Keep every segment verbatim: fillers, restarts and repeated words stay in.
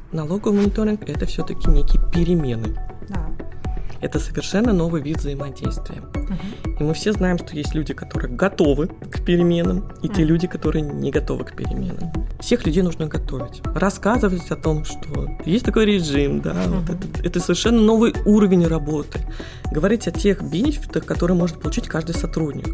Налоговый мониторинг – это все-таки некие перемены. Да. Это совершенно новый вид взаимодействия. Угу. И мы все знаем, что есть люди, которые готовы к переменам, и угу. те люди, которые не готовы к переменам. Всех людей нужно готовить, рассказывать о том, что есть такой режим, да, угу. вот это, это совершенно новый уровень работы. Говорить о тех бенефитах, которые может получить каждый сотрудник.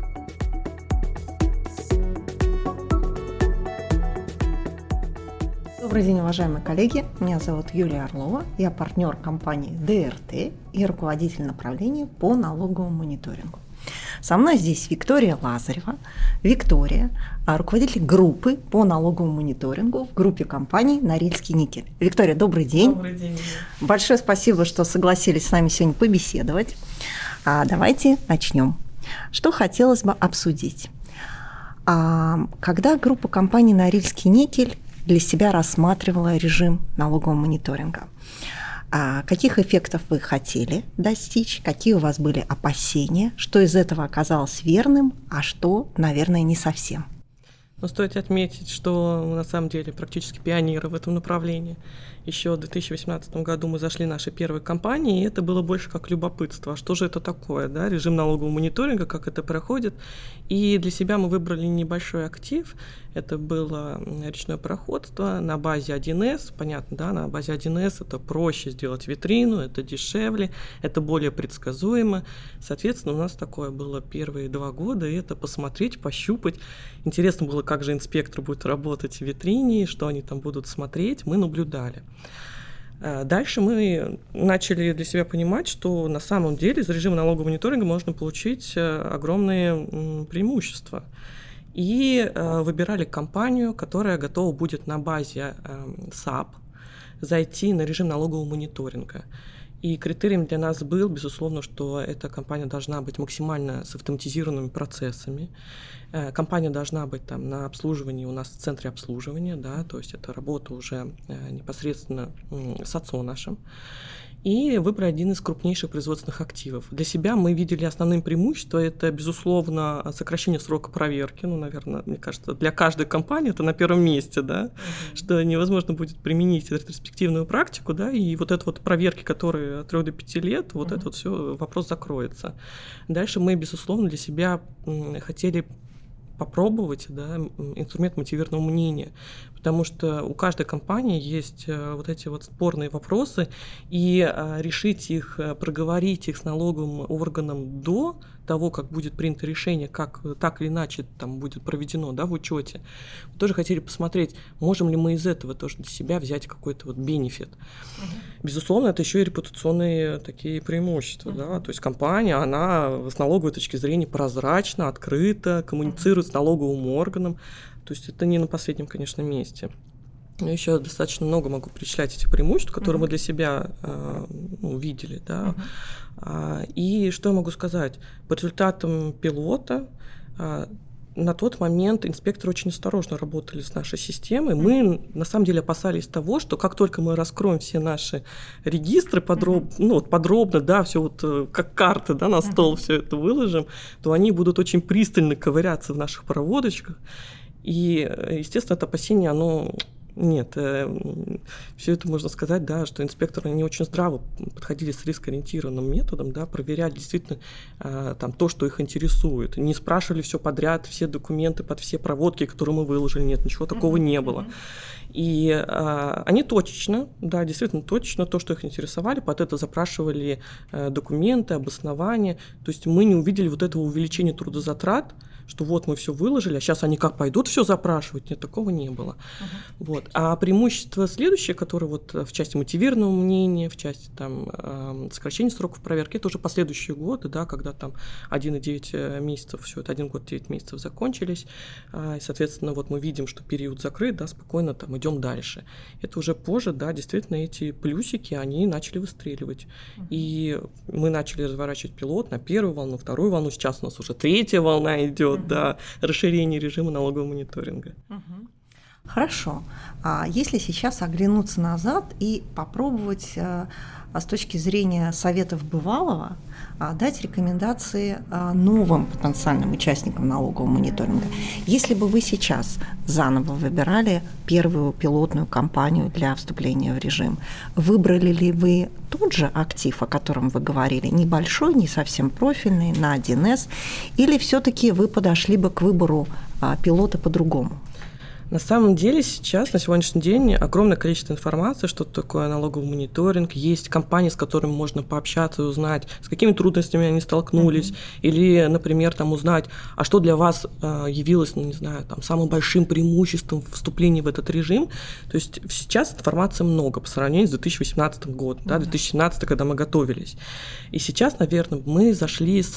Добрый день, уважаемые коллеги. Меня зовут Юлия Орлова. Я партнер компании ди эр тэ и руководитель направления по налоговому мониторингу. Со мной здесь Виктория Лазарева. Виктория, руководитель группы по налоговому мониторингу в группе компаний «Норильский никель». Виктория, добрый день. Добрый день. Большое спасибо, что согласились с нами сегодня побеседовать. А давайте начнем. Что хотелось бы обсудить? А, когда группа компаний «Норильский никель» для себя рассматривала режим налогового мониторинга. А каких эффектов вы хотели достичь, какие у вас были опасения, что из этого оказалось верным, а что, наверное, не совсем? Но стоит отметить, что мы на самом деле практически пионеры в этом направлении. Еще в две тысячи восемнадцатом году мы зашли в наши первые компании, и это было больше как любопытство. А что же это такое, да? Режим налогового мониторинга, как это проходит. И для себя мы выбрали небольшой актив. Это было речное пароходство на базе один эс. Понятно, да, на базе один эс это проще сделать витрину, это дешевле, это более предсказуемо. Соответственно, у нас такое было первые два года, и это посмотреть, пощупать. Интересно было, как же инспектор будет работать в витрине, что они там будут смотреть. Мы наблюдали. Дальше мы начали для себя понимать, что на самом деле из режима налогового мониторинга можно получить огромные преимущества. И выбирали компанию, которая готова будет на базе САП зайти на режим налогового мониторинга. И критерием для нас был, безусловно, что эта компания должна быть максимально с автоматизированными процессами. Компания должна быть там на обслуживании у нас в центре обслуживания, да, то есть это работа уже непосредственно с отцом нашим. И выбрали один из крупнейших производственных активов. Для себя мы видели основным преимуществом, это, безусловно, сокращение срока проверки. Ну, наверное, мне кажется, для каждой компании это на первом месте, да, mm-hmm. что невозможно будет применить ретроспективную практику, да, и вот это вот проверки, которые от трёх до пяти лет, вот mm-hmm. это вот все, вопрос закроется. Дальше мы, безусловно, для себя хотели попробовать, да, инструмент мотивированного мнения, потому что у каждой компании есть вот эти вот спорные вопросы, и решить их, проговорить их с налоговым органом до того, как будет принято решение, как так или иначе там будет проведено, да, в учете. Мы тоже хотели посмотреть, можем ли мы из этого тоже для себя взять какой-то вот бенефит. Uh-huh. Безусловно, это еще и репутационные такие преимущества, uh-huh. да, то есть компания, она с налоговой точки зрения прозрачна, открыта, коммуницирует uh-huh. с налоговым органом, то есть это не на последнем, конечно, месте. Но еще достаточно много могу перечислять эти преимущества, которые uh-huh. мы для себя э, ну, видели, да. Uh-huh. А, и что я могу сказать? По результатам пилота а, на тот момент инспекторы очень осторожно работали с нашей системой. Мы на самом деле опасались того, что как только мы раскроем все наши регистры подробно, uh-huh. ну, вот подробно, да, все вот как карты, да, на стол uh-huh. все это выложим, то они будут очень пристально ковыряться в наших проводочках. И, естественно, это опасение, оно... Нет, э, все это можно сказать, да, что инспекторы не очень здраво подходили с рискоориентированным методом, да, проверяли действительно э, там, то, что их интересует. Не спрашивали все подряд, все документы под все проводки, которые мы выложили. Нет, ничего такого mm-hmm. не было. И э, они точечно, да, действительно точечно то, что их интересовали, под это запрашивали э, документы, обоснования. То есть мы не увидели вот этого увеличения трудозатрат, что вот мы все выложили, а сейчас они как пойдут все запрашивать? Нет, такого не было. Uh-huh. Вот. А преимущество следующее, которое вот в части мотивированного мнения, в части там, э, сокращения сроков проверки, это уже последующие годы, да, когда там один и девять месяцев, все это один год девять месяцев закончились, э, и, соответственно, вот мы видим, что период закрыт, да, спокойно там идем дальше. Это уже позже, да, действительно эти плюсики, они начали выстреливать. Uh-huh. И мы начали разворачивать пилот на первую волну, вторую волну, сейчас у нас уже третья волна идет, Uh-huh. да, расширение режима налогового мониторинга. Uh-huh. Хорошо. А если сейчас оглянуться назад и попробовать с точки зрения советов бывалого дать рекомендации новым потенциальным участникам налогового мониторинга. Если бы вы сейчас заново выбирали первую пилотную кампанию для вступления в режим, выбрали ли вы тот же актив, о котором вы говорили, небольшой, не совсем профильный, на один эс, или все-таки вы подошли бы к выбору пилота по-другому? На самом деле сейчас, на сегодняшний день, огромное количество информации, что такое налоговый мониторинг. Есть компании, с которыми можно пообщаться и узнать, с какими трудностями они столкнулись. Mm-hmm. Или, например, там, узнать, а что для вас э, явилось, ну, не знаю, там, самым большим преимуществом вступления в этот режим. То есть сейчас информации много по сравнению с две тысячи восемнадцатым годом, mm-hmm. да, две тысячи семнадцатый, когда мы готовились. И сейчас, наверное, мы зашли с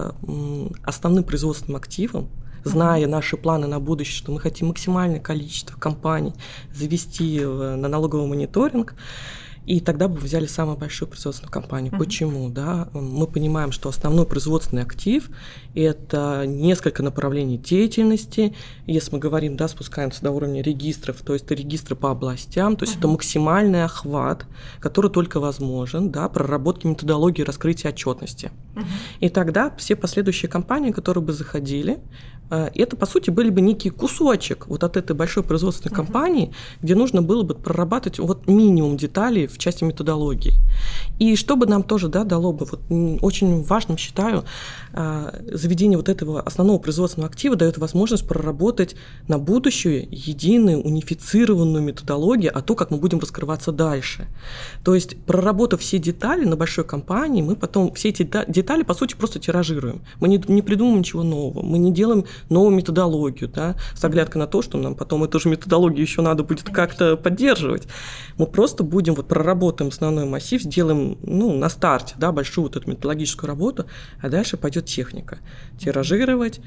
э, основным производственным активом, зная наши планы на будущее, что мы хотим максимальное количество компаний завести на налоговый мониторинг, и тогда бы взяли самую большую производственную компанию. Mm-hmm. Почему? Да? Мы понимаем, что основной производственный актив – это несколько направлений деятельности. Если мы говорим, да, спускаемся до уровня регистров, то есть это регистры по областям, то есть mm-hmm. это максимальный охват, который только возможен, да, проработки методологии раскрытия отчетности. Mm-hmm. И тогда все последующие компании, которые бы заходили, это, по сути, были бы некий кусочек вот от этой большой производственной uh-huh. компании, где нужно было бы прорабатывать вот минимум деталей в части методологии. И чтобы нам тоже, да, дало бы, вот, очень важным считаю, заведение вот этого основного производственного актива дает возможность проработать на будущее единую, унифицированную методологию, а то, как мы будем раскрываться дальше. То есть, проработав все детали на большой компании, мы потом все эти детали, по сути, просто тиражируем. Мы не, не придумываем ничего нового, мы не делаем новую методологию, да, с оглядкой на то, что нам потом эту же методологию еще надо будет как-то поддерживать. Мы просто будем, вот проработаем основной массив, сделаем, ну, на старте, да, большую вот эту методологическую работу, а дальше пойдет техника. Тиражировать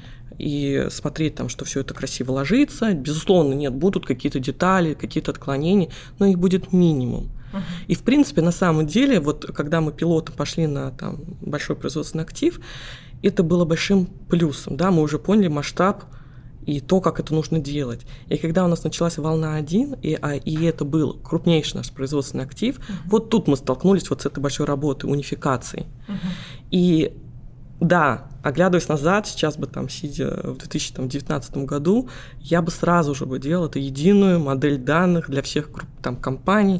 и смотреть там, что все это красиво ложится. Безусловно, нет, будут какие-то детали, какие-то отклонения, но их будет минимум. Uh-huh. И, в принципе, на самом деле, вот когда мы пилотом пошли на там, большой производственный актив, это было большим плюсом, да, мы уже поняли масштаб и то, как это нужно делать. И когда у нас началась волна один, и, а, и это был крупнейший наш производственный актив, uh-huh. вот тут мы столкнулись вот с этой большой работой, унификацией. Uh-huh. И да, оглядываясь назад, сейчас бы там, сидя в две тысячи девятнадцатом году, я бы сразу же бы делал эту единую модель данных для всех там, компаний,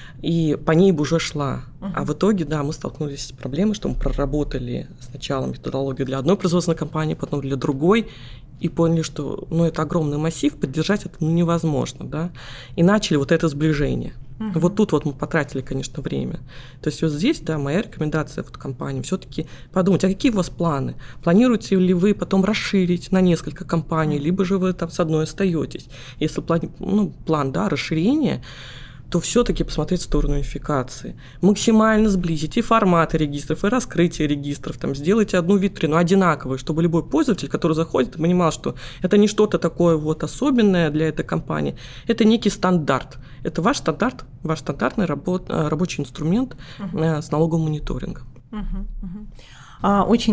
и по ней бы уже шла. Uh-huh. А в итоге, да, мы столкнулись с проблемой, что мы проработали сначала методологию для одной производственной компании, потом для другой, и поняли, что ну, это огромный массив, поддержать это ну, невозможно, да, и начали вот это сближение. Uh-huh. Вот тут вот мы потратили, конечно, время. То есть вот здесь, да, моя рекомендация вот компаниям все-таки подумать, а какие у вас планы? Планируете ли вы потом расширить на несколько компаний, uh-huh. либо же вы там с одной остаетесь? Если план, ну, план, да, расширения, то все-таки посмотреть в сторону унификации. Максимально сблизить и форматы регистров, и раскрытие регистров. Там, сделайте одну витрину одинаковую, чтобы любой пользователь, который заходит, понимал, что это не что-то такое вот особенное для этой компании, это некий стандарт. Это ваш стандарт, ваш стандартный работ, рабочий инструмент uh-huh. с налоговым мониторингом. Uh-huh, uh-huh. Очень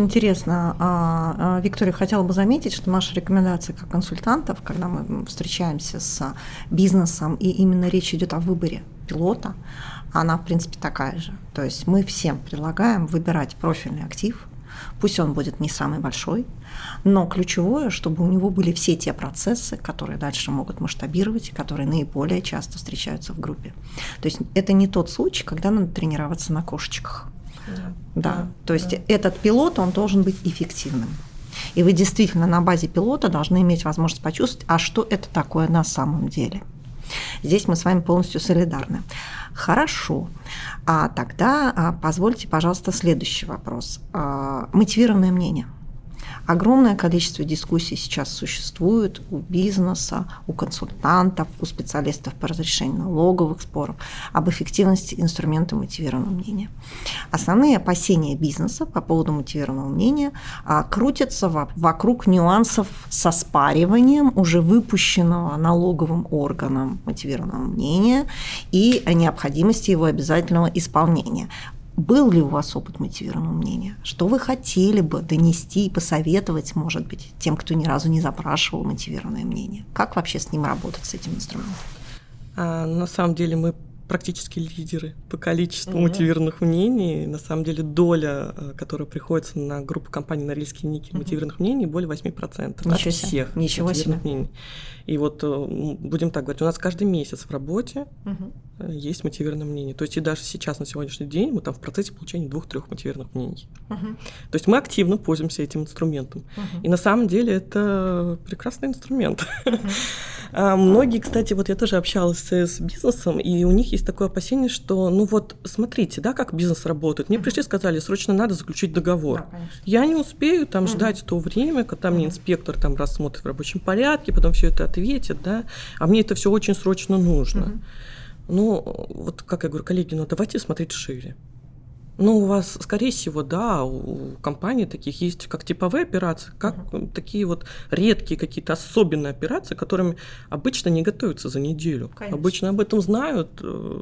интересно. Виктория, хотела бы заметить, что наша рекомендация как консультантов, когда мы встречаемся с бизнесом, и именно речь идет о выборе пилота, она, в принципе, такая же. То есть мы всем предлагаем выбирать профильный актив, пусть он будет не самый большой, но ключевое, чтобы у него были все те процессы, которые дальше могут масштабировать и которые наиболее часто встречаются в группе. То есть это не тот случай, когда надо тренироваться на кошечках. Да, да. да, то есть да. этот пилот, он должен быть эффективным. И вы действительно на базе пилота должны иметь возможность почувствовать, а что это такое на самом деле. Здесь мы с вами полностью солидарны. Хорошо. А тогда а, позвольте, пожалуйста, следующий вопрос. А, мотивированное мнение. Огромное количество дискуссий сейчас существует у бизнеса, у консультантов, у специалистов по разрешению налоговых споров об эффективности инструмента мотивированного мнения. Основные опасения бизнеса по поводу мотивированного мнения а, крутятся в, вокруг нюансов с оспариванием уже выпущенного налоговым органом мотивированного мнения и необходимости его обязательного исполнения. был ли у вас опыт мотивированного мнения? Что вы хотели бы донести и посоветовать, может быть, тем, кто ни разу не запрашивал мотивированное мнение? Как вообще с ним работать, с этим инструментом? А, на самом деле мы практически лидеры по количеству mm-hmm. мотивированных мнений. На самом деле доля, которая приходится на группу компаний «Норильские ники» mm-hmm. мотивированных мнений, более восемь процентов от всех Ничего мотивированных себе. мнений. И вот будем так говорить, у нас каждый месяц в работе mm-hmm. есть мотивированное мнение. То есть и даже сейчас, на сегодняшний день, мы там в процессе получения двух-трех мотивированных мнений. Mm-hmm. То есть мы активно пользуемся этим инструментом. Mm-hmm. И на самом деле это прекрасный инструмент. Mm-hmm. А многие, кстати, вот я тоже общалась с бизнесом, и у них есть такое опасение, что, ну вот, смотрите, да, как бизнес работает. Мне uh-huh. пришли, сказали, срочно надо заключить договор. Да, я не успею там uh-huh. ждать то время, когда uh-huh. мне инспектор там рассмотрит в рабочем порядке, потом все это ответит, да, а мне это все очень срочно нужно. Uh-huh. Ну, вот как я говорю, коллеги, ну давайте смотреть шире. Ну, у вас, скорее всего, да, у компаний таких есть как типовые операции, как uh-huh. такие вот редкие какие-то особенные операции, которыми обычно не готовятся за неделю. Конечно. Обычно об этом знают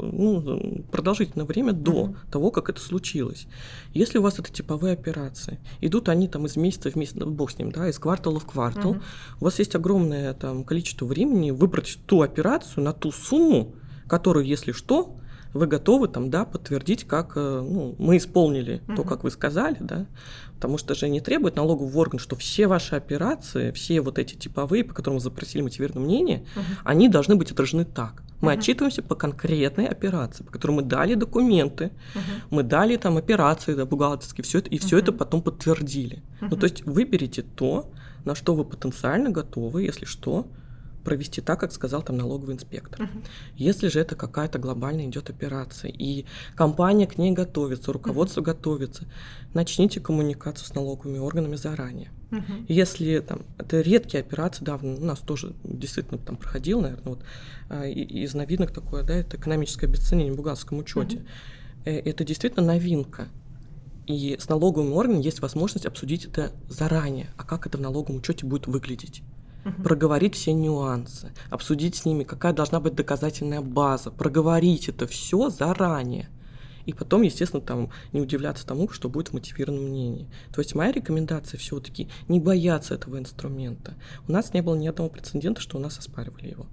ну, продолжительное время до uh-huh. того, как это случилось. Если у вас это типовые операции, идут они там из месяца в месяц, бог с ним, да, из квартала в квартал, uh-huh. у вас есть огромное там количество времени выбрать ту операцию на ту сумму, которую, если что, вы готовы там, да, подтвердить, как ну, мы исполнили uh-huh. то, как вы сказали, да, потому что же не требует налоговый орган, что все ваши операции, все вот эти типовые, по которым вы запросили мотивированное мнение, uh-huh. они должны быть отражены так. Мы uh-huh. отчитываемся по конкретной операции, по которой мы дали документы, uh-huh. мы дали там операции да, бухгалтерские, все это, и все uh-huh. это потом подтвердили. Uh-huh. Ну, то есть выберите то, на что вы потенциально готовы, если что, провести так, как сказал там налоговый инспектор. Uh-huh. Если же это какая-то глобальная идет операция, и компания к ней готовится, руководство uh-huh. готовится, начните коммуникацию с налоговыми органами заранее. Uh-huh. Если там, это редкие операции, да, у нас тоже действительно там проходил, наверное, вот, из новинок такое, да, это экономическое обесценение в бухгалтерском учете. Uh-huh. Это действительно новинка. И с налоговым органом есть возможность обсудить это заранее, а как это в налоговом учете будет выглядеть. Uh-huh. Проговорить все нюансы, обсудить с ними, какая должна быть доказательная база, проговорить это все заранее. И потом, естественно, там не удивляться тому, что будет в мотивированном мнении. То есть моя рекомендация все-таки не бояться этого инструмента. У нас не было ни одного прецедента, что у нас оспаривали его.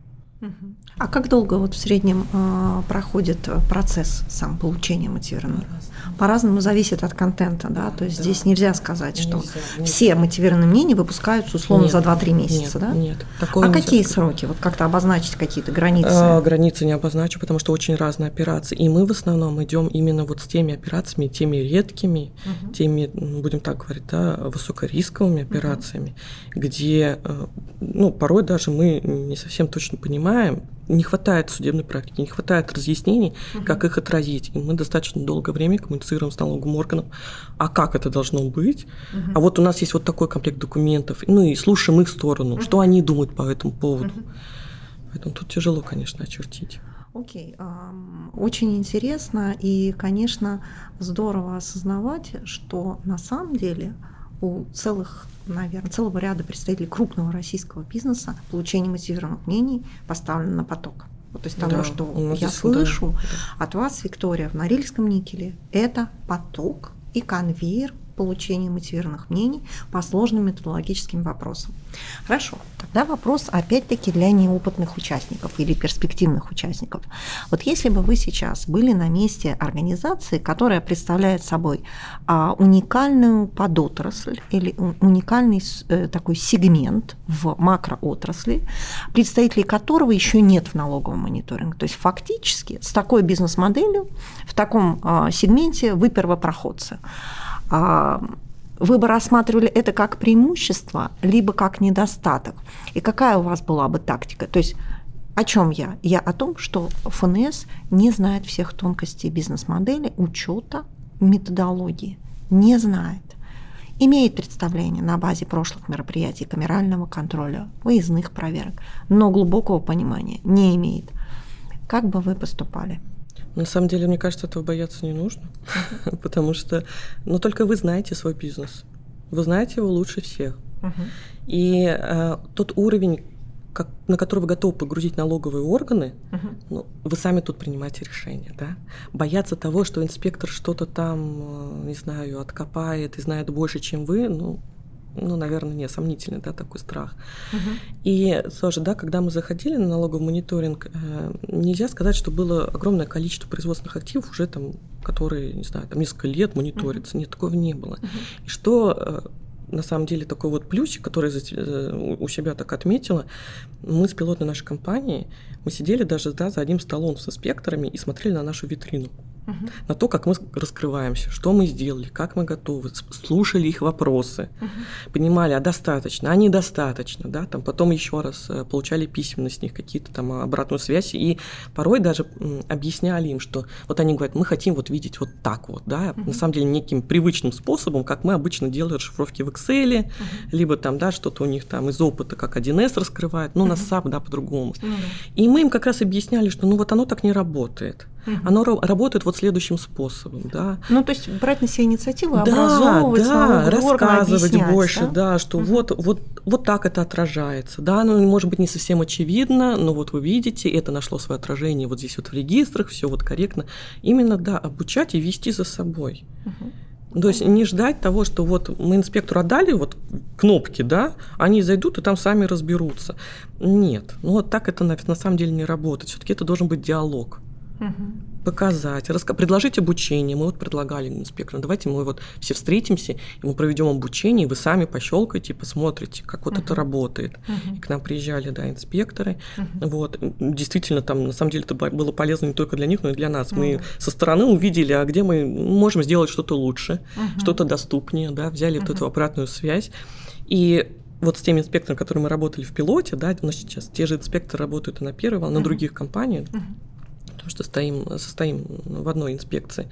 А как долго вот в среднем э, проходит процесс сам получения мотивированного? По-разному. По-разному зависит от контента, да? То есть да. здесь нельзя сказать, что нельзя, нельзя. Все мотивированные мнения выпускаются условно нет, за два-три месяца, нет, да? Нет, а какие сказать. Сроки? Вот как-то обозначить какие-то границы? А, границы не обозначу, потому что очень разные операции. И мы в основном идем именно вот с теми операциями, теми редкими, угу. теми, будем так говорить, да, высокорисковыми операциями, угу. где, ну, порой даже мы не совсем точно понимаем, не хватает судебной практики, не хватает разъяснений, uh-huh. как их отразить. И мы достаточно долгое время коммуницируем с налоговым органом, а как это должно быть. Uh-huh. А вот у нас есть вот такой комплект документов, ну и слушаем их сторону, uh-huh. что они думают по этому поводу. Uh-huh. Поэтому тут тяжело, конечно, очертить. Окей, okay. Очень интересно и, конечно, здорово осознавать, что на самом деле у целых, наверное, целого ряда представителей крупного российского бизнеса получение мотивированных мнений поставлено на поток. Вот из того, да, что я слышу да. от вас, Виктория, в Норильском никеле, это поток и конвейер получения мотивированных мнений по сложным методологическим вопросам. Хорошо, тогда вопрос опять-таки для неопытных участников или перспективных участников. Вот если бы вы сейчас были на месте организации, которая представляет собой а, уникальную подотрасль или уникальный э, такой сегмент в макроотрасли, представителей которого еще нет в налоговом мониторинге, то есть фактически с такой бизнес-моделью в таком а, сегменте вы первопроходцы. Вы бы рассматривали это как преимущество, либо как недостаток? И какая у вас была бы тактика? То есть о чем я? Я о том, что эф эн эс не знает всех тонкостей бизнес-модели, учета, методологии. Не знает. Имеет представление на базе прошлых мероприятий камерального контроля, выездных проверок, но глубокого понимания не имеет. Как бы вы поступали? На самом деле, мне кажется, этого бояться не нужно, uh-huh. потому что, ну, только вы знаете свой бизнес, вы знаете его лучше всех. Uh-huh. И э, тот уровень как, на который вы готовы погрузить налоговые органы, Uh-huh. ну, вы сами тут принимаете решение, да? Бояться того, что инспектор что-то там, не знаю, откопает и знает больше, чем вы, ну, ну, наверное, не, сомнительный, да, такой страх. Uh-huh. И тоже, да, когда мы заходили на налоговый мониторинг, нельзя сказать, что было огромное количество производственных активов уже там, которые, не знаю, там несколько лет мониторятся. Uh-huh. Нет, такого не было. Uh-huh. И что на самом деле такой вот плюсик, который у себя так отметила, мы с пилотной нашей компанией, мы сидели даже, да, за одним столом с инспекторами и смотрели на нашу витрину. Uh-huh. На то, как мы раскрываемся, что мы сделали, как мы готовы, слушали их вопросы, uh-huh. понимали, а достаточно, а недостаточно, да, там потом еще раз получали письменно с них какие-то там обратную связь и порой даже объясняли им, что вот они говорят, мы хотим вот видеть вот так вот, да, uh-huh. на самом деле неким привычным способом, как мы обычно делаем расшифровки в Excel, uh-huh. либо там, да, что-то у них там из опыта, как один эс раскрывает, ну, uh-huh. на сап, да, по-другому. Uh-huh. И мы им как раз объясняли, что ну вот оно так не работает. Uh-huh. Оно работает вот следующим способом, да. Ну, то есть брать на себя инициативу, да, образовывать, да, рассказывать больше, да, да что uh-huh. вот, вот, вот так это отражается. Да, ну, может быть, не совсем очевидно, но вот вы видите, это нашло свое отражение вот здесь вот в регистрах, все вот корректно. Именно, да, обучать и вести за собой. Uh-huh. То есть не ждать того, что вот мы инспектору отдали вот кнопки, да, они зайдут и там сами разберутся. Нет, ну вот так это на, на самом деле не работает. Все-таки это должен быть диалог. Угу. Показать, раска- предложить обучение. Мы вот предлагали инспектору, давайте мы вот все встретимся, и мы проведем обучение, и вы сами пощелкаете, посмотрите, как вот uh-huh. это работает. Uh-huh. И к нам приезжали, да, инспекторы. Uh-huh. Вот. Действительно, там, на самом деле, это было полезно не только для них, но и для нас. Uh-huh. Мы со стороны увидели, а где мы можем сделать что-то лучше, uh-huh. что-то доступнее, да, взяли uh-huh. вот эту обратную связь. И вот с теми инспекторами, которые мы работали в пилоте, да, у нас сейчас те же инспекторы работают и на первой волне, uh-huh. на других компаниях. Uh-huh. Потому что стоим, состоим в одной инспекции.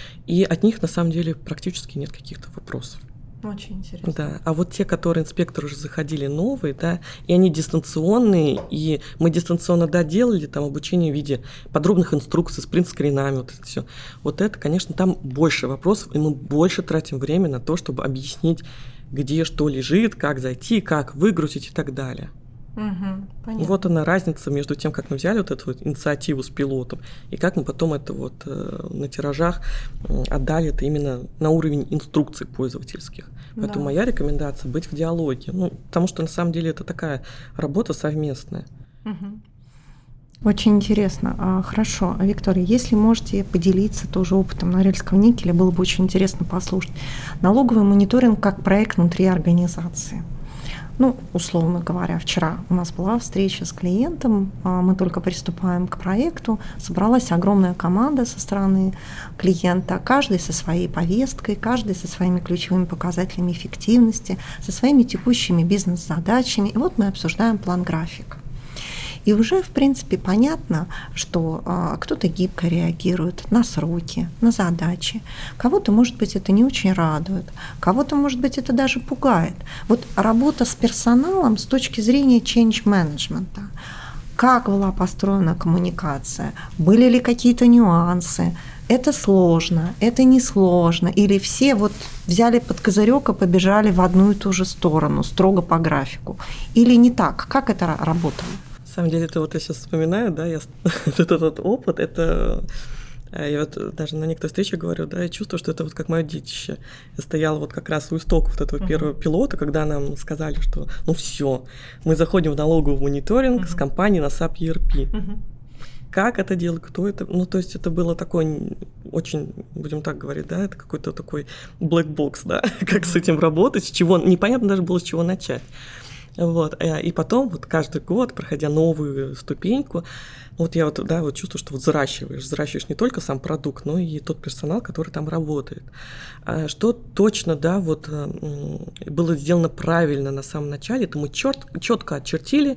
И от них, на самом деле, практически нет каких-то вопросов. Очень интересно. Да. А вот те, которые инспекторы уже заходили новые, да, и они дистанционные, и мы дистанционно, да, делали там обучение в виде подробных инструкций с принт-скринами, вот это все. Вот это, конечно, там больше вопросов, и мы больше тратим время на то, чтобы объяснить, где что лежит, как зайти, как выгрузить и так далее. Угу, вот она разница между тем, как мы взяли вот эту вот инициативу с пилотом, и как мы потом это вот э, на тиражах э, отдали это именно на уровень инструкций пользовательских. Да. Поэтому моя рекомендация быть в диалоге, ну, потому что на самом деле это такая работа совместная. Угу. Очень интересно. Хорошо, Виктория, если можете поделиться тоже опытом Норильского никеля, было бы очень интересно послушать. Налоговый мониторинг как проект внутри организации. Ну, условно говоря, вчера у нас была встреча с клиентом, мы только приступаем к проекту, собралась огромная команда со стороны клиента, каждый со своей повесткой, каждый со своими ключевыми показателями эффективности, со своими текущими бизнес-задачами. И вот мы обсуждаем план-график. И уже, в принципе, понятно, что а, кто-то гибко реагирует на сроки, на задачи. Кого-то, может быть, это не очень радует, кого-то, может быть, это даже пугает. Вот работа с персоналом с точки зрения change management. Как была построена коммуникация? Были ли какие-то нюансы? Это сложно, это несложно. Или все вот взяли под козырек и побежали в одну и ту же сторону, строго по графику. Или не так? Как это работало? На самом деле, это вот я сейчас вспоминаю, да, я, этот, этот опыт, это, я вот даже на некоторых встречах говорю, да, я чувствую, что это вот как мое детище. Я стояла вот как раз у истоков вот этого uh-huh. первого пилота, когда нам сказали, что ну все, мы заходим в налоговый мониторинг uh-huh. с компанией на сап и эр пи. Uh-huh. Как это делать, кто это? Ну, то есть это было такое очень, будем так говорить, да, это какой-то такой black box, да, как с этим работать, с чего, непонятно даже было, с чего начать. Вот. И потом вот каждый год, проходя новую ступеньку, вот я вот, да, вот чувствую, что вот взращиваешь, взращиваешь не только сам продукт, но и тот персонал, который там работает. Что точно, да, вот было сделано правильно на самом начале, это мы четко очертили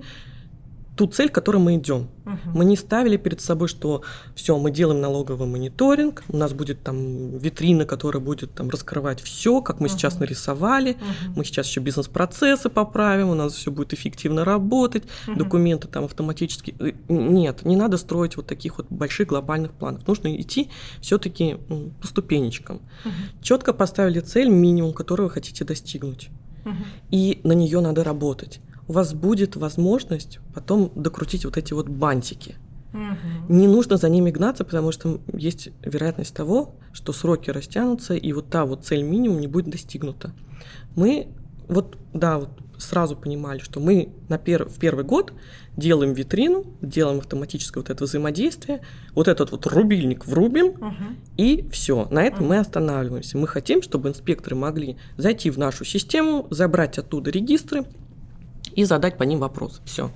ту цель, к которой мы идем. Uh-huh. Мы не ставили перед собой, что все, мы делаем налоговый мониторинг, у нас будет там витрина, которая будет там раскрывать все, как мы uh-huh. сейчас нарисовали, uh-huh. мы сейчас еще бизнес-процессы поправим, у нас все будет эффективно работать, uh-huh. документы там автоматически. Нет, не надо строить вот таких вот больших глобальных планов. Нужно идти все-таки по ступенечкам. Uh-huh. Четко поставили цель, минимум, которую вы хотите достигнуть. Uh-huh. И на нее надо работать. у вас будет возможность потом докрутить вот эти вот бантики. Угу. Не нужно за ними гнаться, потому что есть вероятность того, что сроки растянутся, и вот та вот цель минимум не будет достигнута. Мы вот, да, вот сразу понимали, что мы на пер- в первый год делаем витрину, делаем автоматическое вот это взаимодействие, вот этот вот рубильник врубим, угу. и все. На этом угу. мы останавливаемся. Мы хотим, чтобы инспекторы могли зайти в нашу систему, забрать оттуда регистры и задать по ним вопрос. Все.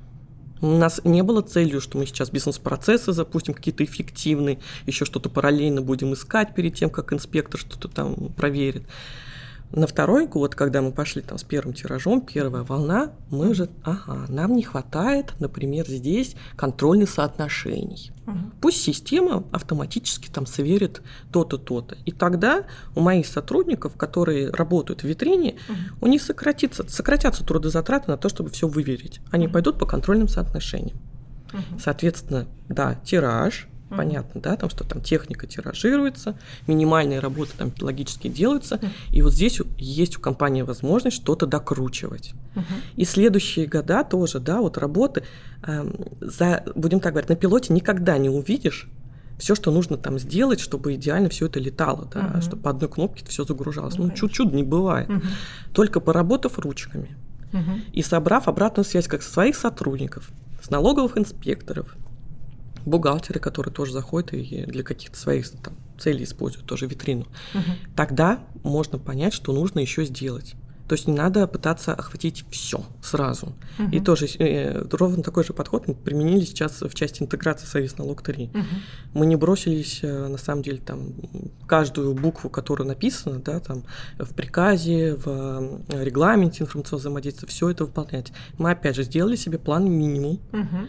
У нас не было целью, что мы сейчас бизнес-процессы запустим, какие-то эффективные, еще что-то параллельно будем искать перед тем, как инспектор что-то там проверит. На второй год, когда мы пошли там с первым тиражом, первая волна, мы же, ага, нам не хватает, например, здесь контрольных соотношений. Угу. Пусть система автоматически там сверит то-то, то-то. И тогда у моих сотрудников, которые работают в витрине, угу. у них сократится, сократятся трудозатраты на то, чтобы все выверить. Они угу. пойдут по контрольным соотношениям. Угу. Соответственно, да, тираж. Понятно, да, там, что там техника тиражируется, минимальные работы там логически делаются, uh-huh. и вот здесь есть у компании возможность что-то докручивать. Uh-huh. И следующие года тоже, да, вот работы, э, за, будем так говорить, на пилоте никогда не увидишь все, что нужно там сделать, чтобы идеально все это летало, да, uh-huh. чтобы по одной кнопке все загружалось. Uh-huh. Ну, чуд-чуд не бывает. Uh-huh. Только поработав ручками uh-huh. и собрав обратную связь как со своих сотрудников, с налоговых инспекторов, бухгалтеры, которые тоже заходят и для каких-то своих там, целей используют тоже витрину, угу. тогда можно понять, что нужно еще сделать. То есть не надо пытаться охватить все сразу. Угу. И тоже э, ровно такой же подход мы применили сейчас в части интеграции Союз налог три. Угу. Мы не бросились, э, на самом деле, там, каждую букву, которая написана, да, там, в приказе, в регламенте информационного взаимодействия, все это выполнять. Мы, опять же, сделали себе план минимум, угу.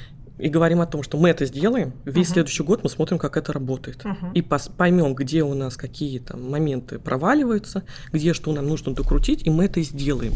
и говорим о том, что мы это сделаем, весь uh-huh. следующий год мы смотрим, как это работает. Uh-huh. И пос- поймем, где у нас какие там моменты проваливаются, где что нам нужно докрутить, и мы это и сделаем.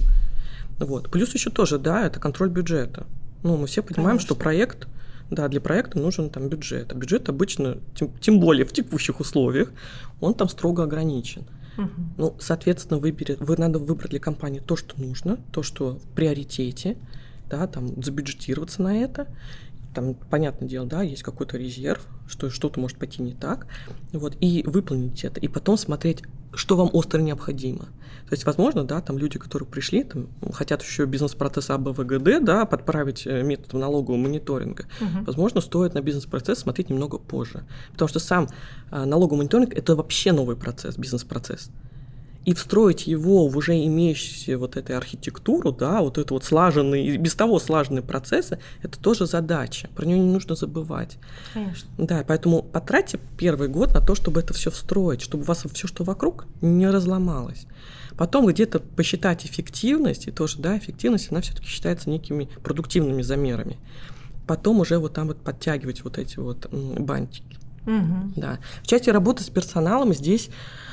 Вот. Плюс еще тоже, да, это контроль бюджета. Ну, мы все понимаем, Конечно. Что проект, да, для проекта нужен там бюджет. А бюджет обычно, тем, тем более в текущих условиях, он там строго ограничен. Uh-huh. Ну, соответственно, выберет, вы, надо выбрать для компании то, что нужно, то, что в приоритете, да, там, забюджетироваться на это. Там, понятное дело, да, есть какой-то резерв, что что-то может пойти не так, вот, и выполнить это, и потом смотреть, что вам остро необходимо. То есть, возможно, да, там люди, которые пришли, там, хотят еще бизнес-процесс А Б В Г Д, да, подправить методом налогового мониторинга, угу. возможно, стоит на бизнес-процесс смотреть немного позже, потому что сам а, налоговый мониторинг – это вообще новый процесс, бизнес-процесс. И встроить его в уже имеющуюся вот эту архитектуру, да, вот это вот слаженные, без того слаженные процессы, это тоже задача, про нее не нужно забывать. Конечно. Да, поэтому потратьте первый год на то, чтобы это все встроить, чтобы у вас все, что вокруг, не разломалось. Потом где-то посчитать эффективность, и тоже, да, эффективность, она все-таки считается некими продуктивными замерами. Потом уже вот там вот подтягивать вот эти вот бантики. Угу. Да. В части работы с персоналом здесь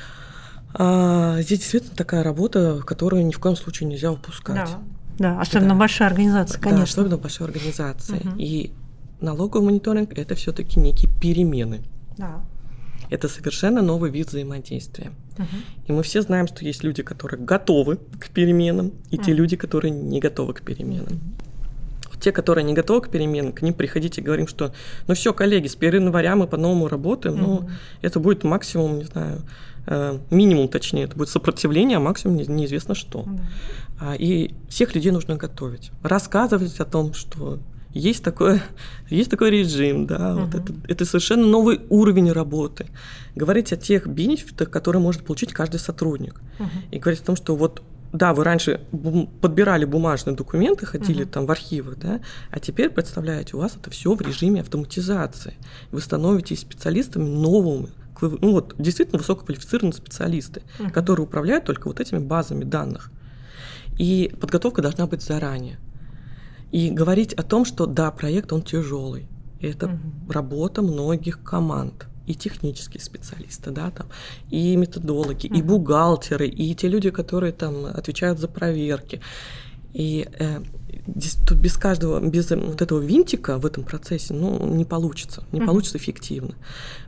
А, здесь действительно такая работа, которую ни в коем случае нельзя упускать. Да, да, особенно да. в большой организации, конечно. Да, особенно в большой организации. Угу. И налоговый мониторинг – это все-таки некие перемены. Да. Это совершенно новый вид взаимодействия. Угу. И мы все знаем, что есть люди, которые готовы к переменам, и угу. те люди, которые не готовы к переменам. Угу. Те, которые не готовы к переменам, к ним приходите и говорим, что ну все, коллеги, с первого января мы по-новому работаем, угу. ну это будет максимум, не знаю, минимум, точнее, это будет сопротивление, а максимум не, неизвестно что. Да. И всех людей нужно готовить. Рассказывать о том, что есть, такое, есть такой режим, да, угу. вот это, это совершенно новый уровень работы. Говорить о тех бенефитах, которые может получить каждый сотрудник. Угу. И говорить о том, что вот да, вы раньше бум- подбирали бумажные документы, ходили угу. там в архивах, да, а теперь, представляете, у вас это все в режиме автоматизации. Вы становитесь специалистами новыми, ну вот действительно высококвалифицированные специалисты, uh-huh. которые управляют только вот этими базами данных. И подготовка должна быть заранее. И говорить о том, что да, проект, он тяжелый. Это uh-huh. работа многих команд. И технические специалисты, да, там, и методологи, uh-huh. и бухгалтеры, и те люди, которые там отвечают за проверки. И э, тут без каждого, без вот этого винтика в этом процессе, ну, не получится, не uh-huh. получится эффективно.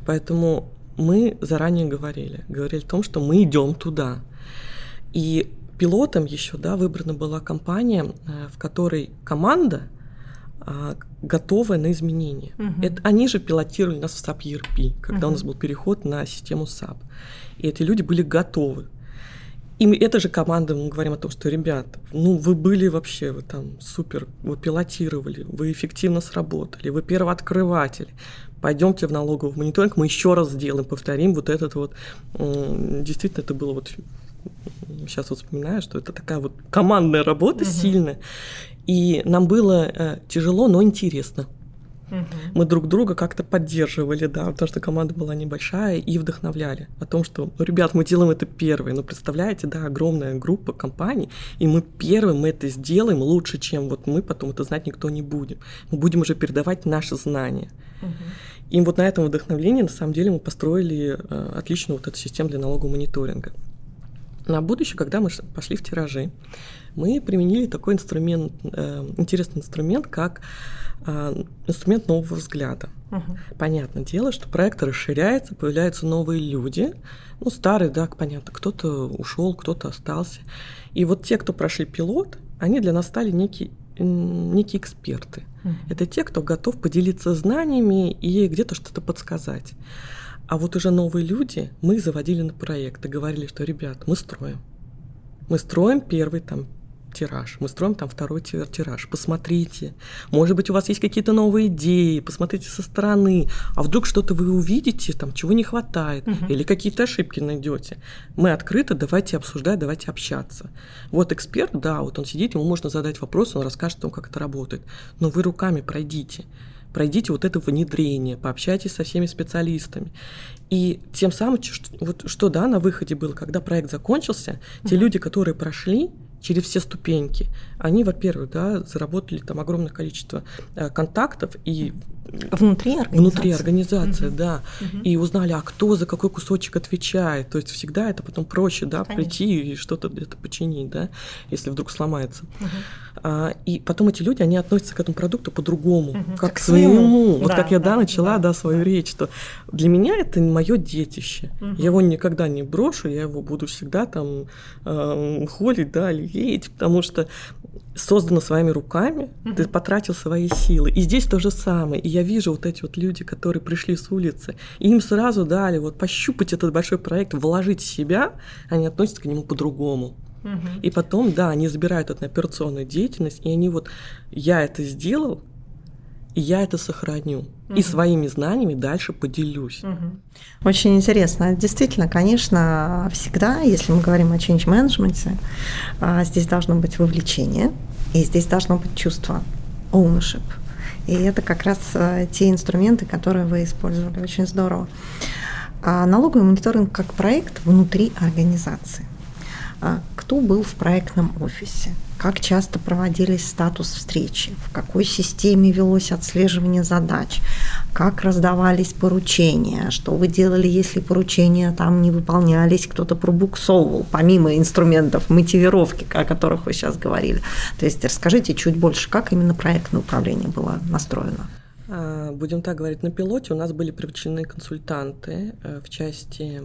Поэтому мы заранее говорили, говорили о том, что мы идем туда. И пилотом еще, да, выбрана была компания, в которой команда готовая на изменения. Uh-huh. Это, они же пилотировали нас в сап и эр пи, когда uh-huh. у нас был переход на систему сап. И эти люди были готовы. И эта же команда, мы говорим о том, что, ребят, ну вы были вообще, вы там супер, вы пилотировали, вы эффективно сработали, вы первооткрыватель. Пойдемте в налоговый мониторинг, мы еще раз сделаем, повторим вот этот вот. Действительно, это было вот, сейчас вот вспоминаю, что это такая вот командная работа uh-huh. сильная. И нам было э, тяжело, но интересно. Uh-huh. Мы друг друга как-то поддерживали, да, потому что команда была небольшая, и вдохновляли о том, что, ну, ребят, мы делаем это первые. Ну, представляете, да, огромная группа компаний, и мы первые, мы это сделаем лучше, чем вот мы, потом это знать никто не будет. Мы будем уже передавать наши знания. Uh-huh. И вот на этом вдохновлении, на самом деле, мы построили э, отличную вот эту систему для налогового мониторинга. На будущее, когда мы пошли в тиражи, мы применили такой инструмент, э, интересный инструмент, как э, инструмент нового взгляда. Uh-huh. Понятное дело, что проект расширяется, появляются новые люди. Ну, старые, да, понятно, кто-то ушел, кто-то остался. И вот те, кто прошли пилот, они для нас стали некие, некие эксперты. Uh-huh. Это те, кто готов поделиться знаниями и где-то что-то подсказать. А вот уже новые люди, мы их заводили на проект и говорили, что, ребят, мы строим. Мы строим первый там тираж, мы строим там второй тираж. Посмотрите, может быть, у вас есть какие-то новые идеи, посмотрите со стороны. А вдруг что-то вы увидите, там, чего не хватает, uh-huh. или какие-то ошибки найдете. Мы открыты, давайте обсуждать, давайте общаться. Вот эксперт, да, вот он сидит, ему можно задать вопрос, он расскажет вам, как это работает. Но вы руками пройдите. Пройдите вот это внедрение, пообщайтесь со всеми специалистами. И тем самым, вот что, да, на выходе было, когда проект закончился, uh-huh. те люди, которые прошли через все ступеньки, они, во-первых, да, заработали там огромное количество э, контактов и внутри организации, внутри организации, uh-huh. да, uh-huh. и узнали, а кто за какой кусочек отвечает. То есть всегда это потом проще, да, Конечно. Прийти и что-то где-то починить, да, если вдруг сломается. Uh-huh. А, и потом эти люди, они относятся к этому продукту по-другому, uh-huh. как, как к своему. своему. Да, вот как я, да, да начала, да, да, свою да. речь, что для меня это мое детище. Uh-huh. Я его никогда не брошу, я его буду всегда там э, холить, да, лелеять, потому что создано своими руками, uh-huh. ты потратил свои силы. И здесь то же самое. И я вижу вот эти вот люди, которые пришли с улицы, и им сразу дали вот пощупать этот большой проект, вложить в себя, они относятся к нему по-другому. Uh-huh. И потом, да, они забирают это на операционную деятельность, и они вот, я это сделал, и я это сохраню. Uh-huh. И своими знаниями дальше поделюсь. Uh-huh. Очень интересно. Действительно, конечно, всегда, если мы говорим о change management, здесь должно быть вовлечение, и здесь должно быть чувство ownership. И это как раз те инструменты, которые вы использовали. Очень здорово. А налоговый мониторинг как проект внутри организации. Кто был в проектном офисе? Как часто проводились статус-встречи? В какой системе велось отслеживание задач? Как раздавались поручения? Что вы делали, если поручения там не выполнялись? Кто-то пробуксовывал, помимо инструментов мотивировки, о которых вы сейчас говорили. То есть расскажите чуть больше, как именно проектное управление было настроено? Будем так говорить, на пилоте у нас были привлечены консультанты в части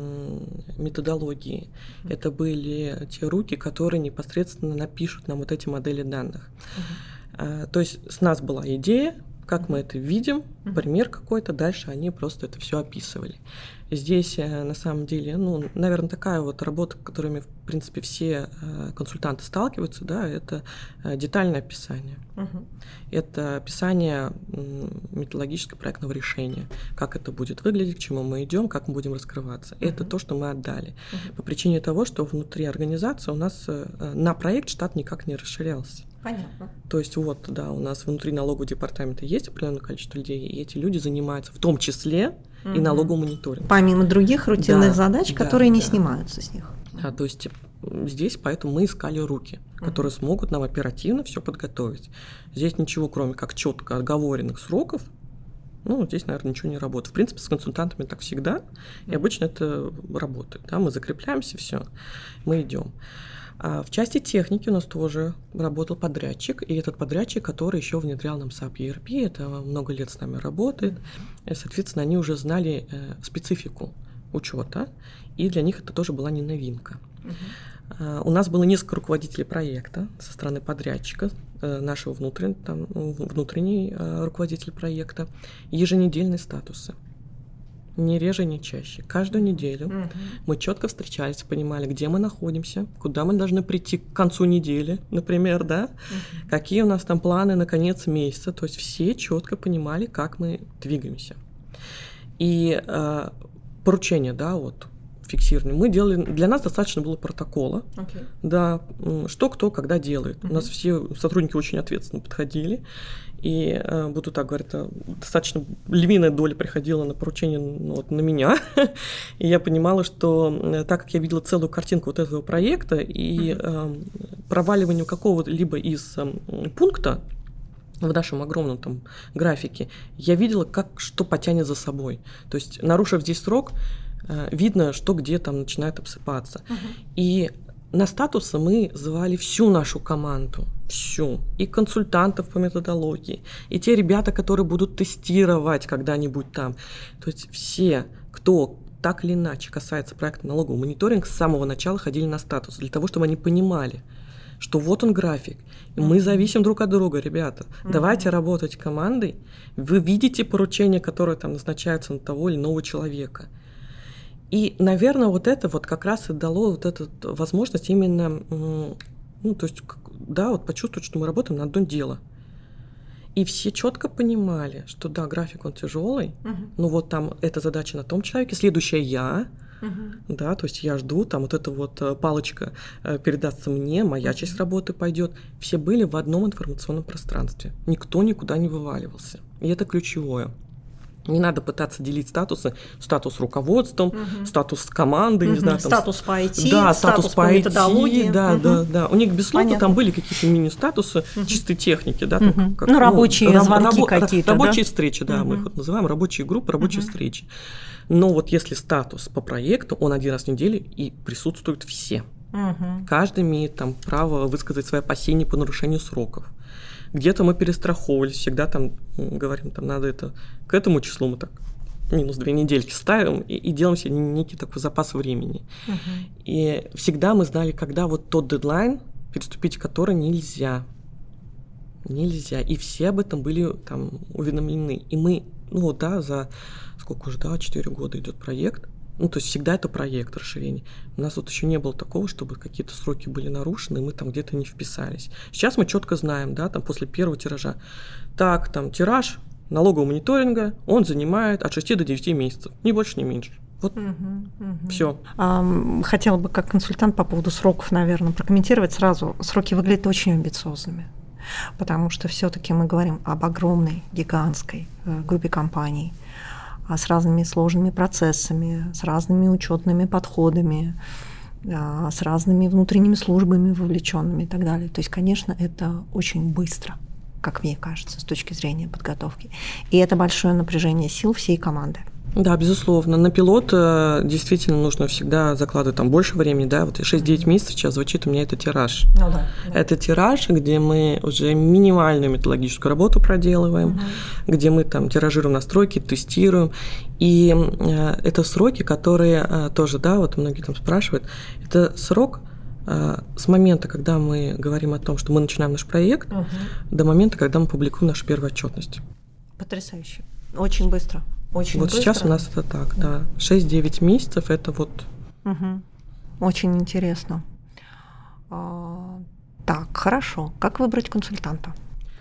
методологии. Это были те руки, которые непосредственно напишут нам вот эти модели данных. Uh-huh. То есть с нас была идея, как мы это видим, пример какой-то, дальше они просто это все описывали. Здесь, на самом деле, ну, наверное, такая вот работа, с которыми, в принципе, все консультанты сталкиваются, да, это детальное описание. Uh-huh. Это описание методологического проектного решения, как это будет выглядеть, к чему мы идем, как мы будем раскрываться. Uh-huh. Это то, что мы отдали. Uh-huh. По причине того, что внутри организации у нас на проект штат никак не расширялся. Понятно. То есть вот, да, у нас внутри налогового департамента есть определенное количество людей, и эти люди занимаются в том числе и налоговым мониторингом. Помимо других рутинных да, задач, да, которые да. не снимаются с них. Да, то есть здесь поэтому мы искали руки, uh-huh. которые смогут нам оперативно все подготовить. Здесь ничего, кроме как четко оговоренных сроков, ну, здесь, наверное, ничего не работает. В принципе, с консультантами так всегда, и обычно это работает. Да? Мы закрепляемся, все, мы идем. А в части техники у нас тоже работал подрядчик, и этот подрядчик, который еще внедрял нам сап и эр пи, это много лет с нами работает, и, соответственно, они уже знали э, специфику учета, и для них это тоже была не новинка. У нас было несколько руководителей проекта со стороны подрядчика, нашего внутреннего, там, внутренний руководитель проекта, еженедельные статусы. Не реже, не чаще. Каждую неделю uh-huh. мы четко встречались, понимали, где мы находимся, куда мы должны прийти к концу недели, например, да, uh-huh. какие у нас там планы на конец месяца. То есть все четко понимали, как мы двигаемся. И э, поручения, да, вот, фиксирование. Мы делали, для нас достаточно было протокола, okay. да, что кто когда делает. Uh-huh. У нас все сотрудники очень ответственно подходили. И, э, буду так говорить, достаточно львиная доля приходила на поручение, ну, вот, на меня. И я понимала, что э, так как я видела целую картинку вот этого проекта и э, проваливание какого-либо из э, пункта в нашем огромном там графике, я видела, как что потянет за собой. То есть, нарушив здесь срок, э, видно, что где там начинает обсыпаться. Uh-huh. И на статусы мы звали всю нашу команду, всю, и консультантов по методологии, и те ребята, которые будут тестировать когда-нибудь там. То есть все, кто так или иначе касается проекта налогового мониторинга, с самого начала ходили на статус, для того, чтобы они понимали, что вот он график, и мы зависим друг от друга, ребята. Mm-hmm. Давайте работать командой. Вы видите поручения, которые там назначаются на того или иного человека. И, наверное, вот это вот как раз и дало вот эту возможность именно, ну, то есть, да, вот почувствовать, что мы работаем на одно дело. И все четко понимали, что да, график он тяжелый, uh-huh. ну вот там эта задача на том человеке, следующая я, uh-huh. да, то есть я жду, там вот эта вот палочка передастся мне, моя uh-huh. часть работы пойдет. Все были в одном информационном пространстве, никто никуда не вываливался, и это ключевое. Не надо пытаться делить статусы, статус с руководством, угу. статус с командой, угу. не знаю, там, статус по ай ти, да, статус, статус по ай ти, методологии. Да, угу. да, да. У них, безусловно, Понятно. Там были какие-то мини-статусы угу. чистой техники, да, угу. там, как, ну, рабочие ну, звонки рабо- какие-то, рабочие да? встречи, да, угу. мы их вот называем, рабочие группы, рабочие угу. встречи. Но вот если статус по проекту, он один раз в неделю, и присутствуют все. Угу. Каждый имеет там право высказать свои опасения по нарушению сроков. Где-то мы перестраховывались, всегда там говорим, там надо это, к этому числу мы так минус две недельки ставим и, и делаем себе некий такой запас времени. Uh-huh. И всегда мы знали, когда вот тот дедлайн, переступить который нельзя. Нельзя. И все об этом были там уведомлены. И мы, ну да, за сколько уже, да, четыре года идет проект. Ну, то есть всегда это проект расширения. У нас вот еще не было такого, чтобы какие-то сроки были нарушены, и мы там где-то не вписались. Сейчас мы четко знаем, да, там после первого тиража. Так, там тираж налогового мониторинга, он занимает от шести до девяти месяцев, ни больше, ни меньше. Вот угу, угу. все. Хотела бы как консультант по поводу сроков, наверное, прокомментировать сразу. Сроки выглядят очень амбициозными, потому что все-таки мы говорим об огромной, гигантской группе компаний с разными сложными процессами, с разными учетными подходами, с разными внутренними службами вовлеченными и так далее. То есть, конечно, это очень быстро, как мне кажется, с точки зрения подготовки. И это большое напряжение сил всей команды. Да, безусловно. На пилот действительно нужно всегда закладывать там больше времени, да, вот шесть-девять месяцев сейчас звучит у меня это тираж. Ну, да, да. Это тираж, где мы уже минимальную методологическую работу проделываем, угу. где мы там тиражируем настройки, тестируем. И э, это сроки, которые э, тоже, да, вот многие там спрашивают, это срок с момента, когда мы говорим о том, что мы начинаем наш проект, угу. до момента, когда мы публикуем нашу первую отчетность. Потрясающе. Очень быстро. Очень вот быстро. Сейчас у нас это так, да. шесть-девять месяцев это вот. Угу. Очень интересно. А, так, хорошо. Как выбрать консультанта?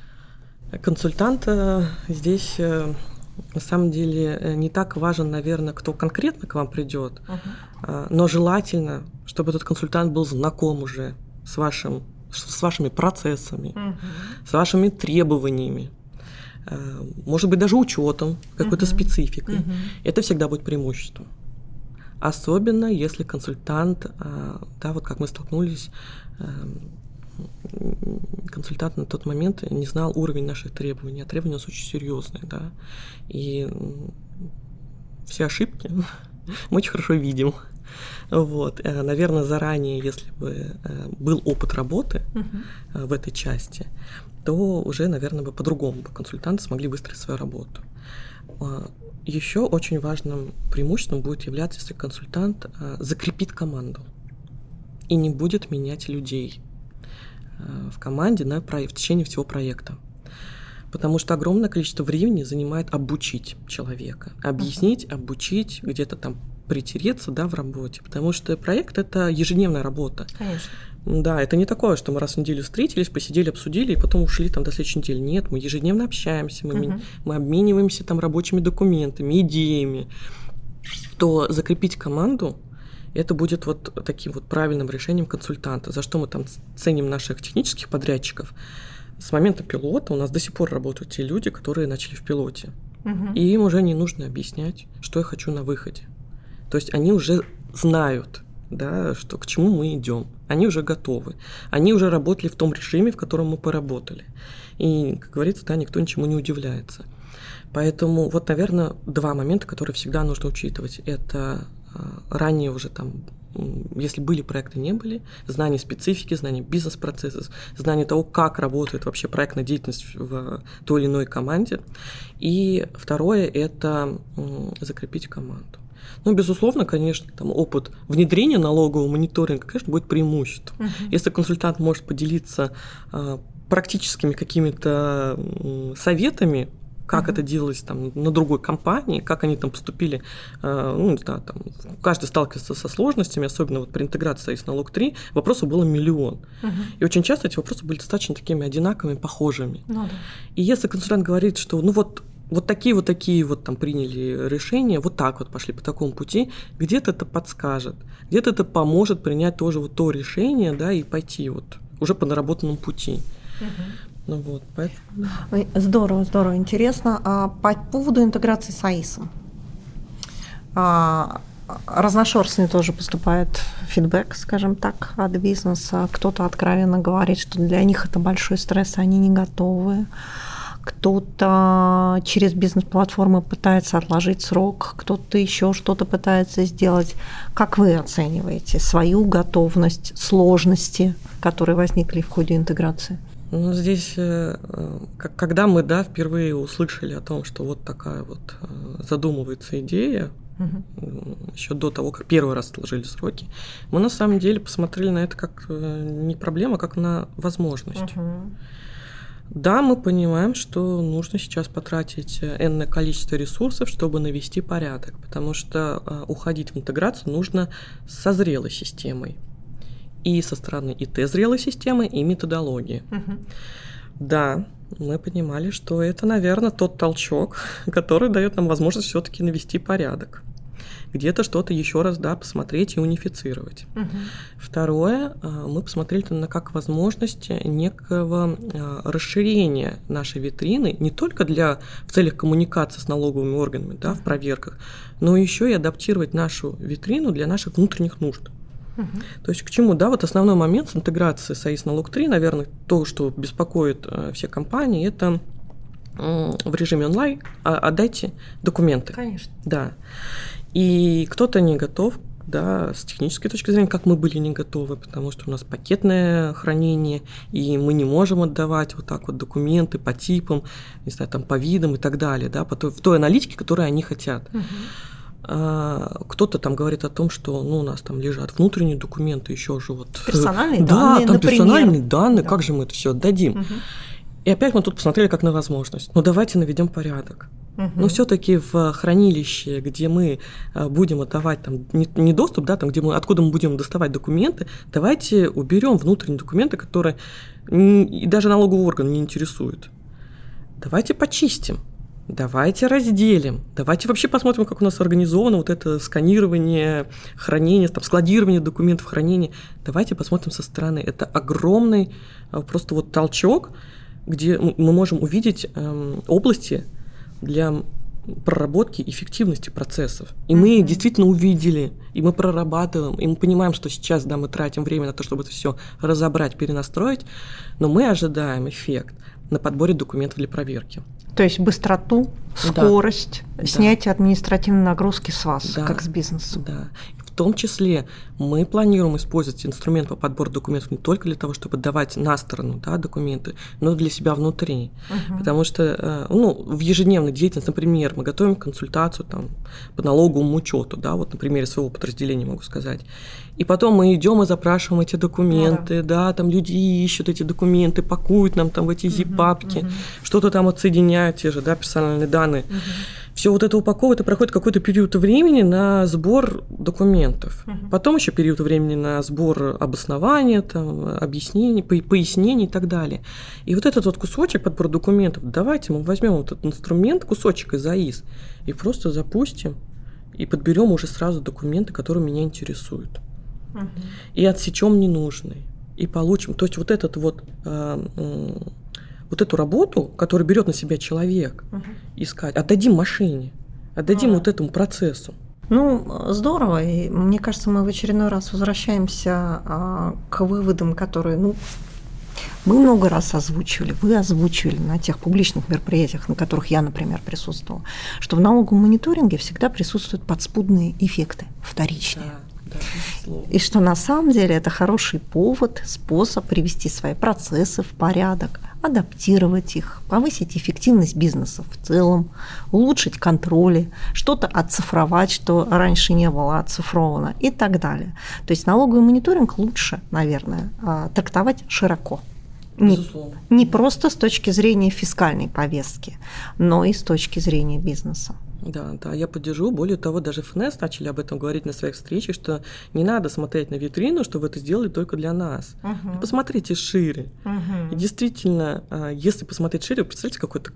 Консультанта здесь на самом деле не так важен, наверное, кто конкретно к вам придет, uh-huh. но желательно, чтобы этот консультант был знаком уже с, вашим, с вашими процессами, uh-huh. с вашими требованиями, может быть, даже учетом, какой-то uh-huh. спецификой. Uh-huh. Это всегда будет преимуществом. Особенно если консультант, да, вот как мы столкнулись, консультант на тот момент не знал уровень наших требований, а требования у нас очень серьезные, да, и все ошибки мы очень хорошо видим. Вот, наверное, заранее, если бы был опыт работы uh-huh. в этой части, то уже, наверное, бы по-другому бы консультанты смогли выстроить свою работу. Еще очень важным преимуществом будет являться, если консультант закрепит команду. и не будет менять людей в команде на, в течение всего проекта. Потому что огромное количество времени занимает обучить человека. Объяснить, uh-huh. обучить, где-то там притереться, да, в работе. Потому что проект — это ежедневная работа. Конечно. Да, это не такое, что мы раз в неделю встретились, посидели, обсудили, и потом ушли там до следующей недели. Нет, мы ежедневно общаемся, мы, uh-huh. мы обмениваемся там рабочими документами, идеями. То закрепить команду — это будет вот таким вот правильным решением консультанта. За что мы там ценим наших технических подрядчиков. С момента пилота у нас до сих пор работают те люди, которые начали в пилоте. Uh-huh. И им уже не нужно объяснять, что я хочу на выходе. То есть они уже знают, да, что, к чему мы идем. Они уже готовы. Они уже работали в том режиме, в котором мы поработали. И, как говорится, да, никто ничему не удивляется. Поэтому вот, наверное, два момента, которые всегда нужно учитывать. Это ранее уже там, если были проекты, не были, знание специфики, знание бизнес-процессов, знание того, как работает вообще проектная деятельность в той или иной команде. И второе – это закрепить команду. Ну, безусловно, конечно, там опыт внедрения налогового мониторинга, конечно, будет преимуществом. Uh-huh. Если консультант может поделиться а, практическими какими-то м, советами, как uh-huh. это делалось там на другой компании, как они там поступили, а, ну, да, там, каждый сталкивается со сложностями, особенно вот при интеграции с налог три, вопросов было миллион. Uh-huh. И очень часто эти вопросы были достаточно такими одинаковыми, похожими. Uh-huh. И если консультант говорит, что ну вот Вот такие вот такие вот там приняли решения, вот так вот пошли по такому пути, где-то это подскажет, где-то это поможет принять тоже вот то решение, да, и пойти вот уже по наработанному пути. Угу. Ну вот, поэтому... Здорово, здорово, интересно. А по поводу интеграции с АИСом. А, разношерстный тоже поступает фидбэк, скажем так, от бизнеса. Кто-то откровенно говорит, что для них это большой стресс, они не готовы. Кто-то через бизнес-платформы пытается отложить срок, кто-то еще что-то пытается сделать. Как вы оцениваете свою готовность, сложности, которые возникли в ходе интеграции? Ну, здесь, когда мы, да, впервые услышали о том, что вот такая вот задумывается идея, угу. еще до того, как первый раз отложили сроки, мы на самом деле посмотрели на это как не проблема, как на возможность. Угу. Да, мы понимаем, что нужно сейчас потратить энное количество ресурсов, чтобы навести порядок, потому что э, уходить в интеграцию нужно со зрелой системой. И со стороны ИТ зрелой системы, и методологии. Угу. Да, мы понимали, что это, наверное, тот толчок, который дает нам возможность все-таки навести порядок. Где-то что-то еще раз, да, посмотреть и унифицировать. Угу. Второе, мы посмотрели на как возможность некого расширения нашей витрины не только для, в целях коммуникации с налоговыми органами, да, в проверках, но еще и адаптировать нашу витрину для наших внутренних нужд. Угу. То есть к чему, да, вот основной момент с интеграцией с АИС налог три, наверное, то, что беспокоит все компании, это в режиме онлайн отдайте документы. Конечно. Да. И кто-то не готов, да, с технической точки зрения, как мы были не готовы, потому что у нас пакетное хранение, и мы не можем отдавать вот так вот документы по типам, не знаю, там, по видам и так далее, да, по той, в той аналитике, которую они хотят. Угу. А, кто-то там говорит о том, что ну, у нас там лежат внутренние документы, еще же вот... Персональные да, данные, там например. персональные данные, да. Как же мы это все отдадим? Угу. И опять мы тут посмотрели как на возможность. Ну, давайте наведем порядок. Uh-huh. Но все-таки в хранилище, где мы будем отдавать там, не, не доступ, да, там, где мы, откуда мы будем доставать документы, давайте уберем внутренние документы, которые и даже налоговый орган не интересуют. Давайте почистим, давайте разделим, давайте вообще посмотрим, как у нас организовано вот это сканирование, хранение, там, складирование документов, хранение. Давайте посмотрим со стороны. Это огромный просто вот толчок, где мы можем увидеть эм, области для проработки эффективности процессов. И mm-hmm. мы действительно увидели, и мы прорабатываем, и мы понимаем, что сейчас, да, мы тратим время на то, чтобы это все разобрать, перенастроить, но мы ожидаем эффект на подборе документов для проверки. То есть быстроту, скорость, да. снятие да. административной нагрузки с вас, да. как с бизнеса. Да. том числе мы планируем использовать инструмент по подбору документов не только для того, чтобы давать на сторону, да, документы, но и для себя внутри. Uh-huh. Потому что ну, в ежедневной деятельности, например, мы готовим консультацию там, по налоговому учету, да, вот на примере своего подразделения могу сказать. И потом мы идем и запрашиваем эти документы, uh-huh. да, там люди ищут эти документы, пакуют нам там в эти зип-папки, uh-huh. uh-huh. что-то там отсоединяют, те же, да, персональные данные. Uh-huh. Все вот это упаковывает, и проходит какой-то период времени на сбор документов. Uh-huh. Потом еще период времени на сбор обоснования, там, объяснений, пояснений и так далее. И вот этот вот кусочек подбора документов, давайте мы возьмем вот этот инструмент, кусочек из АИС, и просто запустим, и подберем уже сразу документы, которые меня интересуют. Uh-huh. И отсечем ненужные, и получим. То есть вот этот вот... Э, э, вот эту работу, которую берет на себя человек, uh-huh. искать, отдадим машине, отдадим uh-huh. вот этому процессу. Ну, здорово. И мне кажется, мы в очередной раз возвращаемся а, к выводам, которые, ну, мы много раз озвучивали, вы озвучивали на тех публичных мероприятиях, на которых я, например, присутствовала, что в налоговом мониторинге всегда присутствуют подспудные эффекты, вторичные. Да. Да, и что на самом деле это хороший повод, способ привести свои процессы в порядок, адаптировать их, повысить эффективность бизнеса в целом, улучшить контроли, что-то оцифровать, что раньше не было оцифровано и так далее. То есть налоговый мониторинг лучше, наверное, трактовать широко. Не, не просто с точки зрения фискальной повестки, но и с точки зрения бизнеса. Да, да, я поддержу. Более того, даже эф эн эс начали об этом говорить на своих встречах, что не надо смотреть на витрину, что вы это сделали только для нас. Uh-huh. Посмотрите шире. Uh-huh. И действительно, если посмотреть шире, вы представляете, какой-то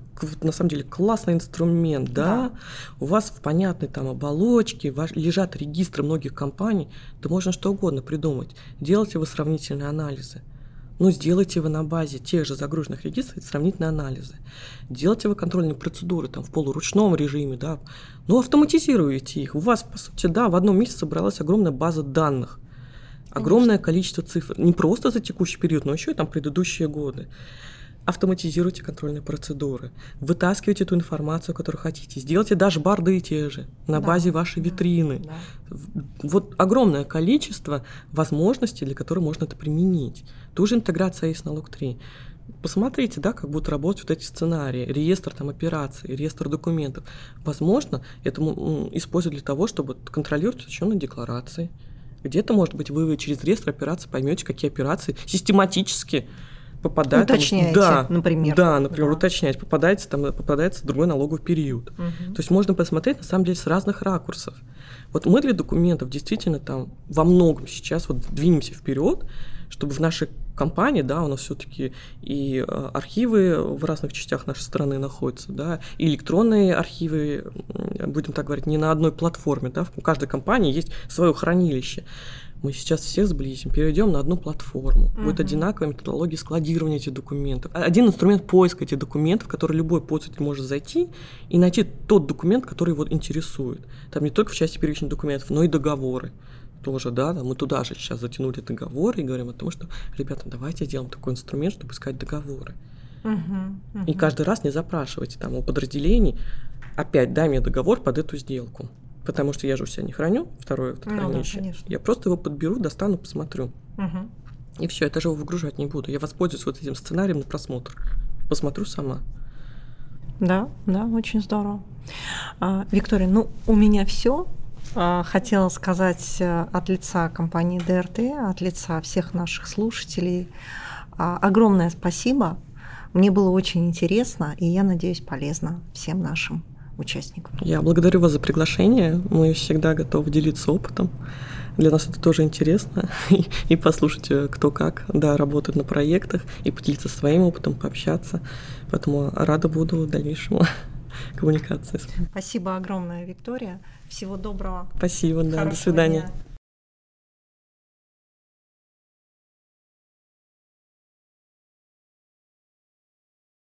на самом деле классный инструмент, да? Да. У вас в понятной там оболочке лежат регистры многих компаний, да можно что угодно придумать. Делайте вы сравнительные анализы. Ну, сделайте вы на базе тех же загруженных регистров сравнительные анализы. Делайте вы контрольные процедуры там, в полуручном режиме, да. Ну, автоматизируйте их. У вас, по сути, да, в одном месте собралась огромная база данных, огромное Конечно. Количество цифр. Не просто за текущий период, но еще и там предыдущие годы. Автоматизируйте контрольные процедуры, вытаскивайте ту информацию, которую хотите, сделайте дашборды те же на да, базе вашей да, витрины. Да. Вот огромное количество возможностей, для которых можно это применить. Ту же интеграция АИС налог три. Посмотрите, да, как будут работать вот эти сценарии, реестр там, операций, реестр документов. Возможно, это используют для того, чтобы контролировать учетные декларации. Где-то, может быть, вы через реестр операций поймете, какие операции систематически попадает, уточняете, да, например. Да, например, да. уточнять, попадается, там, попадается в другой налоговый период. Угу. То есть можно посмотреть, на самом деле, с разных ракурсов. Вот мы для документов действительно там во многом сейчас вот двинемся вперед, чтобы в нашей компании, да, у нас все-таки и архивы в разных частях нашей страны находятся, да, и электронные архивы, будем так говорить, не на одной платформе, да, у каждой компании есть свое хранилище. Мы сейчас всех сблизим, перейдем на одну платформу. Uh-huh. Будет одинаковая методология складирования этих документов. Один инструмент поиска этих документов, в который любой пользователь может зайти и найти тот документ, который его интересует. Там не только в части первичных документов, но и договоры. Тоже, да, мы туда же сейчас затянули договоры и говорим о том, что, ребята, давайте сделаем такой инструмент, чтобы искать договоры. Uh-huh. Uh-huh. И каждый раз не запрашивайте там у подразделений, опять дай мне договор под эту сделку. Потому что я же у себя не храню второе это хранилище. Ну, да, я просто его подберу, достану, посмотрю. Угу. И все, я даже его выгружать не буду. Я воспользуюсь вот этим сценарием на просмотр. Посмотрю сама. Да, да, очень здорово. А, Виктория, ну, у меня все. А, хотела сказать от лица компании дэ эр тэ, от лица всех наших слушателей а, огромное спасибо. Мне было очень интересно, и я надеюсь, полезно всем нашим участникам. Я благодарю вас за приглашение. Мы всегда готовы делиться опытом. Для нас это тоже интересно. И, и послушать, кто как да, работает на проектах, и поделиться своим опытом, пообщаться. Поэтому рада буду дальнейшему коммуникации с вами. Спасибо огромное, Виктория. Всего доброго. Спасибо, да. До свидания. Дня.